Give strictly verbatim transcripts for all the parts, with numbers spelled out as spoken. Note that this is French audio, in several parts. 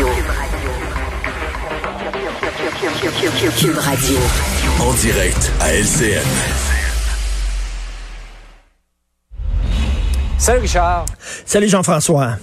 Radio. Cube Radio. En direct à L C N. Salut Richard. Salut Jean-François.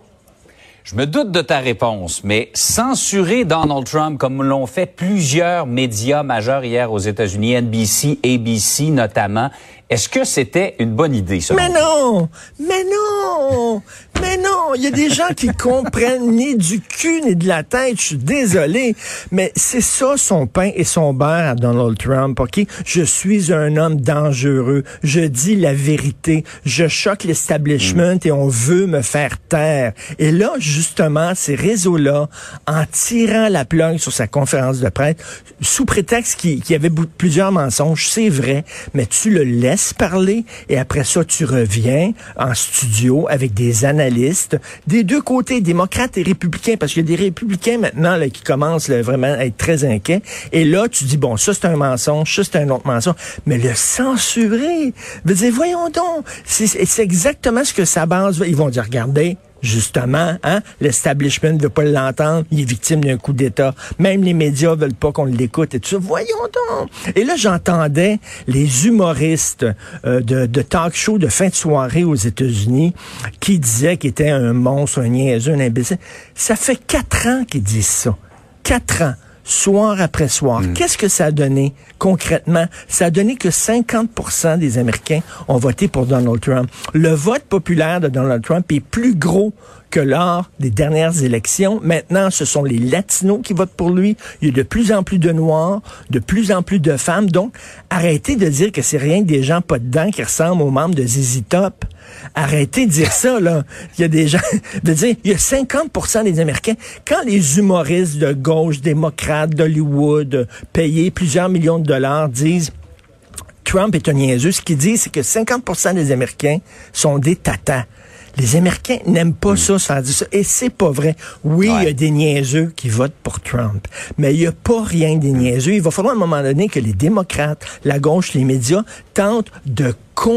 Je me doute de ta réponse, mais censurer Donald Trump comme l'ont fait plusieurs médias majeurs hier aux États-Unis, N B C, A B C notamment, est-ce que c'était une bonne idée, selon Mais non! Mais non! Mais non! Il y a des gens qui comprennent ni du cul ni de la tête. Je suis désolé. Mais c'est ça son pain et son beurre à Donald Trump, OK? Je suis un homme dangereux. Je dis la vérité. Je choque l'establishment mmh. et on veut me faire taire. Et là, justement, ces réseaux-là, en tirant la plug sur sa conférence de presse, sous prétexte qu'il, qu'il y avait plusieurs mensonges, c'est vrai, mais tu le laisses parler et après ça, tu reviens en studio avec des analystes des deux côtés, démocrates et républicains, parce qu'il y a des républicains maintenant là, qui commencent là, vraiment à être très inquiets. Et là, tu dis, bon, ça c'est un mensonge, ça c'est un autre mensonge, mais le censurer, veut dire, voyons donc, c'est, c'est exactement ce que sa base va. Ils vont dire, regardez, justement, hein, l'establishment ne veut pas l'entendre, il est victime d'un coup d'État. Même les médias veulent pas qu'on l'écoute et tout ça. Voyons donc! Et là, j'entendais les humoristes euh, de, de talk show de fin de soirée aux États-Unis qui disaient qu'il était un monstre, un niaiseux, un imbécile. Ça fait quatre ans qu'ils disent ça. Quatre ans. Soir après soir. Mmh. Qu'est-ce que ça a donné concrètement? Ça a donné que cinquante pour cent des Américains ont voté pour Donald Trump. Le vote populaire de Donald Trump est plus gros que lors des dernières élections. Maintenant, ce sont les Latinos qui votent pour lui. Il y a de plus en plus de Noirs, de plus en plus de femmes. Donc, arrêtez de dire que c'est rien que des gens pas dedans qui ressemblent aux membres de Z Z Top. Arrêtez de dire ça, là. Il y a des gens, de dire, il y a cinquante pour cent des Américains. Quand les humoristes de gauche, démocrates, d'Hollywood, payés plusieurs millions de dollars, disent Trump est un niaiseux, ce qu'ils disent, c'est que cinquante pour cent des Américains sont des tatas. Les Américains n'aiment pas mmh. ça, se faire dire ça. Et c'est pas vrai. Oui, il ouais. y a des niaiseux qui votent pour Trump. Mais il n'y a pas rien des niaiseux. Il va falloir à un moment donné que les démocrates, la gauche, les médias tentent de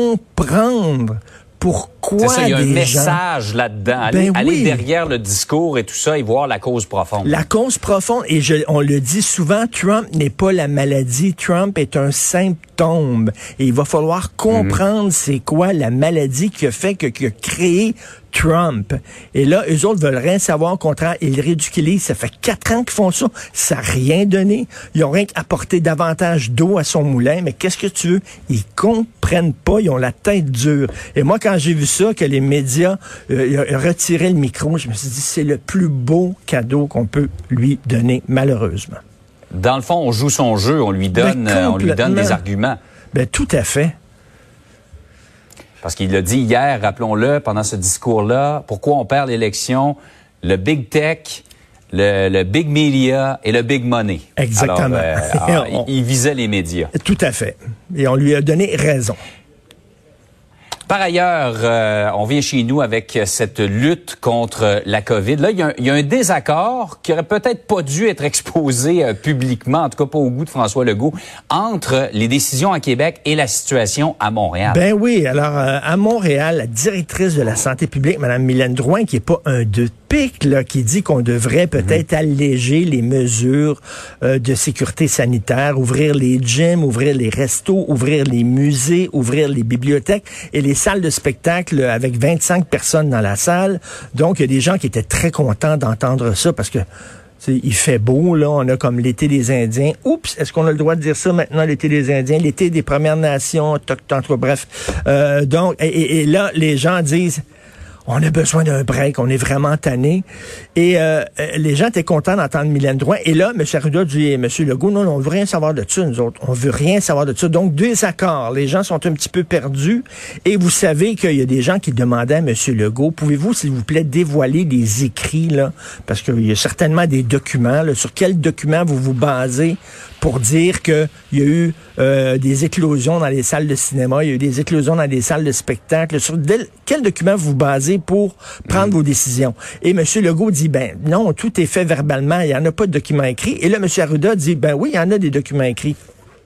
comprendre pourquoi c'est ça, il y a un des message gens... là-dedans. Aller, ben aller oui. derrière le discours et tout ça et voir la cause profonde. La cause profonde, et je, on le dit souvent, Trump n'est pas la maladie. Trump est un symptôme. Et il va falloir comprendre mm-hmm. c'est quoi la maladie qui a fait, que, qui a créé Trump. Et là, eux autres veulent rien savoir. Au contraire, ils ridiculisent. Ça fait quatre ans qu'ils font ça. Ça n'a rien donné. Ils ont rien qu'apporté davantage d'eau à son moulin. Mais qu'est-ce que tu veux? Ils comprennent pas. Ils ont la tête dure. Et moi, quand j'ai vu ça, que les médias euh, retiraient le micro, je me suis dit, c'est le plus beau cadeau qu'on peut lui donner, malheureusement. Dans le fond, on joue son jeu. On lui donne, ben, on lui donne des arguments. Ben, tout à fait. Parce qu'il l'a dit hier, rappelons-le, pendant ce discours-là, pourquoi on perd l'élection, le big tech, le, le big media et le big money. Exactement. Alors, euh, alors, on... il, il visait les médias. Tout à fait. Et on lui a donné raison. Par ailleurs, euh, on vient chez nous avec cette lutte contre la COVID. Là, il y a un, il y a un désaccord qui aurait peut-être pas dû être exposé euh, publiquement, en tout cas pas au goût de François Legault, entre les décisions à Québec et la situation à Montréal. Ben oui, alors euh, à Montréal, la directrice de la santé publique, Mme Mylène Drouin, qui est pas un de pique, là, qui dit qu'on devrait peut-être mmh. alléger les mesures euh, de sécurité sanitaire, ouvrir les gyms, ouvrir les restos, ouvrir les musées, ouvrir les bibliothèques et les salles de spectacle avec vingt-cinq personnes dans la salle. Donc, il y a des gens qui étaient très contents d'entendre ça parce que il fait beau, là, on a comme l'été des Indiens. Oups, est-ce qu'on a le droit de dire ça maintenant, l'été des Indiens? L'été des Premières Nations, autochtones, bref. Euh, donc, et, et, et là, les gens disent... On a besoin d'un break, on est vraiment tanné. Et euh, les gens étaient contents d'entendre Mylène Drouin. Et là, M. Arruda dit, M. Legault, non, non, on veut rien savoir de ça, nous autres. On veut rien savoir de ça. Donc, deux accords. Les gens sont un petit peu perdus. Et vous savez qu'il y a des gens qui demandaient à M. Legault, pouvez-vous, s'il vous plaît, dévoiler les écrits, là? Parce qu'il y a certainement des documents, là. Sur quels documents vous vous basez pour dire qu'il y a eu euh, des éclosions dans les salles de cinéma, il y a eu des éclosions dans les salles de spectacle. Sur de, quel document vous basez pour prendre mmh. vos décisions? Et M. Legault dit, ben non, tout est fait verbalement, il n'y en a pas de documents écrits. Et là, M. Arruda dit, ben oui, il y en a des documents écrits.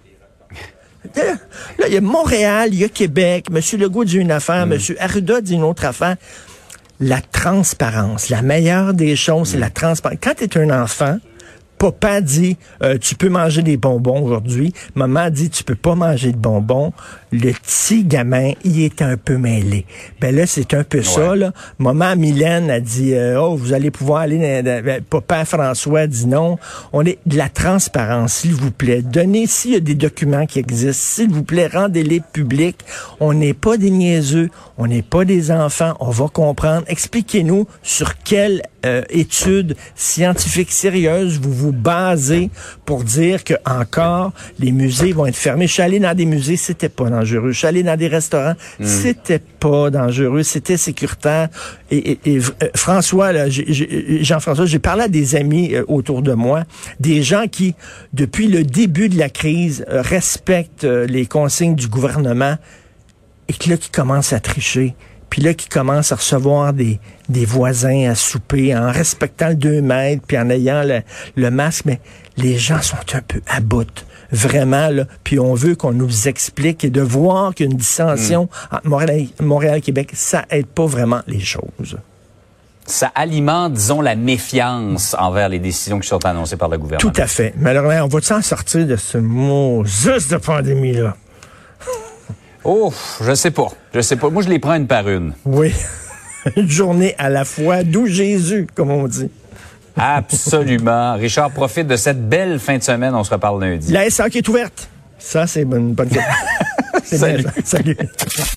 Là, là, il y a Montréal, il y a Québec, M. Legault dit une affaire, mmh. M. Arruda dit une autre affaire. la transparence. La meilleure des choses, c'est la transparence. Quand tu es un enfant, papa dit, euh, tu peux manger des bonbons aujourd'hui. Maman dit, tu peux pas manger de bonbons. Le petit gamin, il est un peu mêlé. Ben là, c'est un peu ouais. ça, là. Maman Mylène a dit, euh, oh, vous allez pouvoir aller... Ben, papa François dit non. On est de la transparence, s'il vous plaît. Donnez, s'il y a des documents qui existent, s'il vous plaît, rendez-les publics. On n'est pas des niaiseux. On n'est pas des enfants. On va comprendre. Expliquez-nous sur quelle euh, étude scientifique sérieuse vous vous basez pour dire que encore les musées vont être fermés. Je suis allé dans des musées, c'était pas dangereux. Je suis allé dans des restaurants, mmh. c'était pas dangereux, c'était sécuritaire. Et, et, et euh, François, là, j'ai, j'ai, Jean-François, j'ai parlé à des amis euh, autour de moi, des gens qui, depuis le début de la crise, euh, respectent euh, les consignes du gouvernement et que là, qui commencent à tricher. Puis là, qui commence à recevoir des, des voisins à souper en respectant le deux mètres puis en ayant le, le masque. Mais les gens sont un peu à bout. Vraiment, là. Puis on veut qu'on nous explique et de voir qu'il y a une dissension mmh. entre Montréal, Montréal et Québec, ça aide pas vraiment les choses. Ça alimente, disons, la méfiance envers les décisions qui sont annoncées par le gouvernement. Tout à fait. Mais alors, on va-tu en sortir de ce mot juste de pandémie-là? Oh, je sais pas. Je sais pas. Moi, je les prends une par une. Oui. Une journée à la fois, d'où Jésus, comme on dit. Absolument. Richard, profite de cette belle fin de semaine. On se reparle lundi. La S A qui est ouverte. Ça, c'est une bonne question. Salut. Salut.